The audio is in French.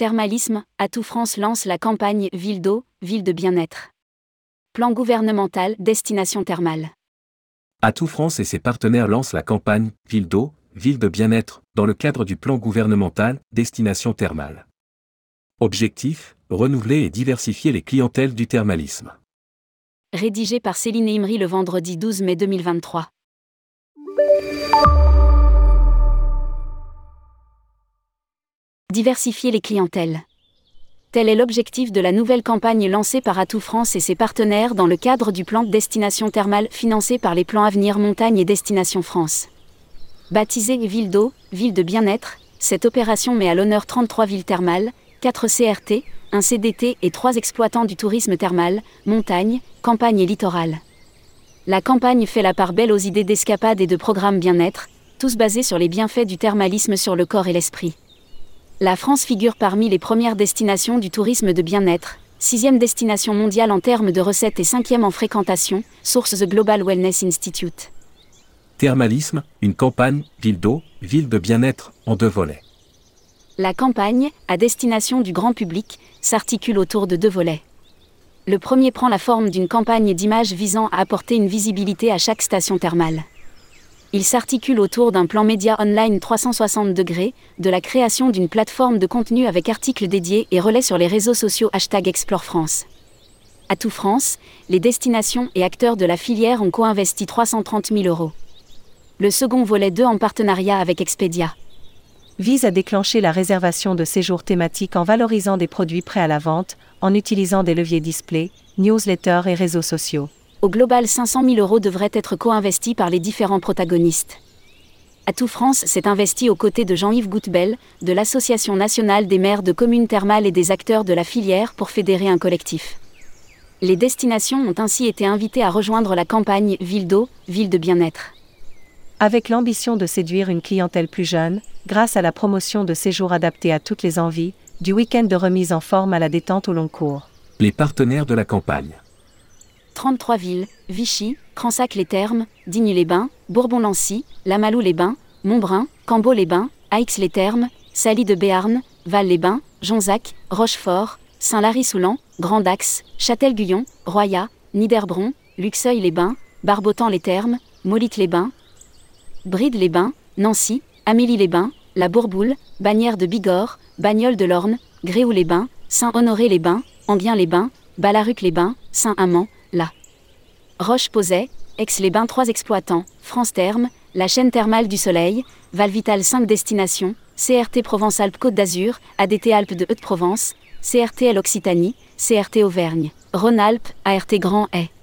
Thermalisme, Atout France lance la campagne Ville d'eau, ville de bien-être. Plan gouvernemental, destination thermale. Atout France et ses partenaires lancent la campagne Ville d'eau, ville de bien-être, dans le cadre du plan gouvernemental Destination thermale. Objectif, renouveler et diversifier les clientèles du thermalisme. Rédigé par Céline Imri le vendredi 12 mai 2023. Diversifier les clientèles. Tel est l'objectif de la nouvelle campagne lancée par Atout France et ses partenaires dans le cadre du plan Destination thermale financé par les plans Avenir Montagne et Destination France. Baptisée Ville d'eau, ville de bien-être, cette opération met à l'honneur 33 villes thermales, 4 CRT, un CDT et 3 exploitants du tourisme thermal, montagne, campagne et littoral. La campagne fait la part belle aux idées d'escapades et de programmes bien-être, tous basés sur les bienfaits du thermalisme sur le corps et l'esprit. La France figure parmi les premières destinations du tourisme de bien-être, 6e destination mondiale en termes de recettes et 5e en fréquentation, source The Global Wellness Institute. Thermalisme, une campagne, Ville d'eau, ville de bien-être, en 2 volets. La campagne, à destination du grand public, s'articule autour de 2 volets. Le premier prend la forme d'une campagne d'images visant à apporter une visibilité à chaque station thermale. Il s'articule autour d'un plan média online 360 degrés, de la création d'une plateforme de contenu avec articles dédiés et relais sur les réseaux sociaux #ExploreFrance. Atout France, les destinations et acteurs de la filière ont co-investi 330 000 €. Le second volet 2 en partenariat avec Expedia vise à déclencher la réservation de séjours thématiques en valorisant des produits prêts à la vente, en utilisant des leviers display, newsletters et réseaux sociaux. Au global, 500 000 € devraient être co-investis par les différents protagonistes. Atout France s'est investi aux côtés de Jean-Yves Goutbel, de l'Association nationale des maires de communes thermales et des acteurs de la filière pour fédérer un collectif. Les destinations ont ainsi été invitées à rejoindre la campagne Ville d'eau, ville de bien-être. Avec l'ambition de séduire une clientèle plus jeune, grâce à la promotion de séjours adaptés à toutes les envies, du week-end de remise en forme à la détente au long cours. Les partenaires de la campagne. 33 villes, Vichy, Cransac-les-Thermes, Digne-les-Bains, Bourbon-Lancy, Lamalou-les-Bains, Montbrun, Cambo-les-Bains, Aix-les-Thermes, Saly de Béarn, Val-les-Bains, Jonzac, Rochefort, Saint-Lary-Soulan, Grand-Dax, Châtel-Guyon, Royat, Niederbron, Luxeuil-les-Bains, Barbotan-les-Thermes, Molic-les-Bains, Brides-les-Bains, Nancy, Amélie-les-Bains, La Bourboule, Bagnères de Bigorre, Bagnoles de l'Orne, Gréoux-les-Bains, Saint-Honoré-les-Bains, Enghien-les-Bains, Ballaruc-les-Bains, Saint-Amand, La Roche-Posay, Aix-les-Bains 3 exploitants, France Thermes, la chaîne thermale du Soleil, Valvital 5 destinations, CRT Provence-Alpes-Côte d'Azur, ADT Alpes de Haute-Provence, CRTL Occitanie, CRT Auvergne, Rhône-Alpes, ART Grand Est.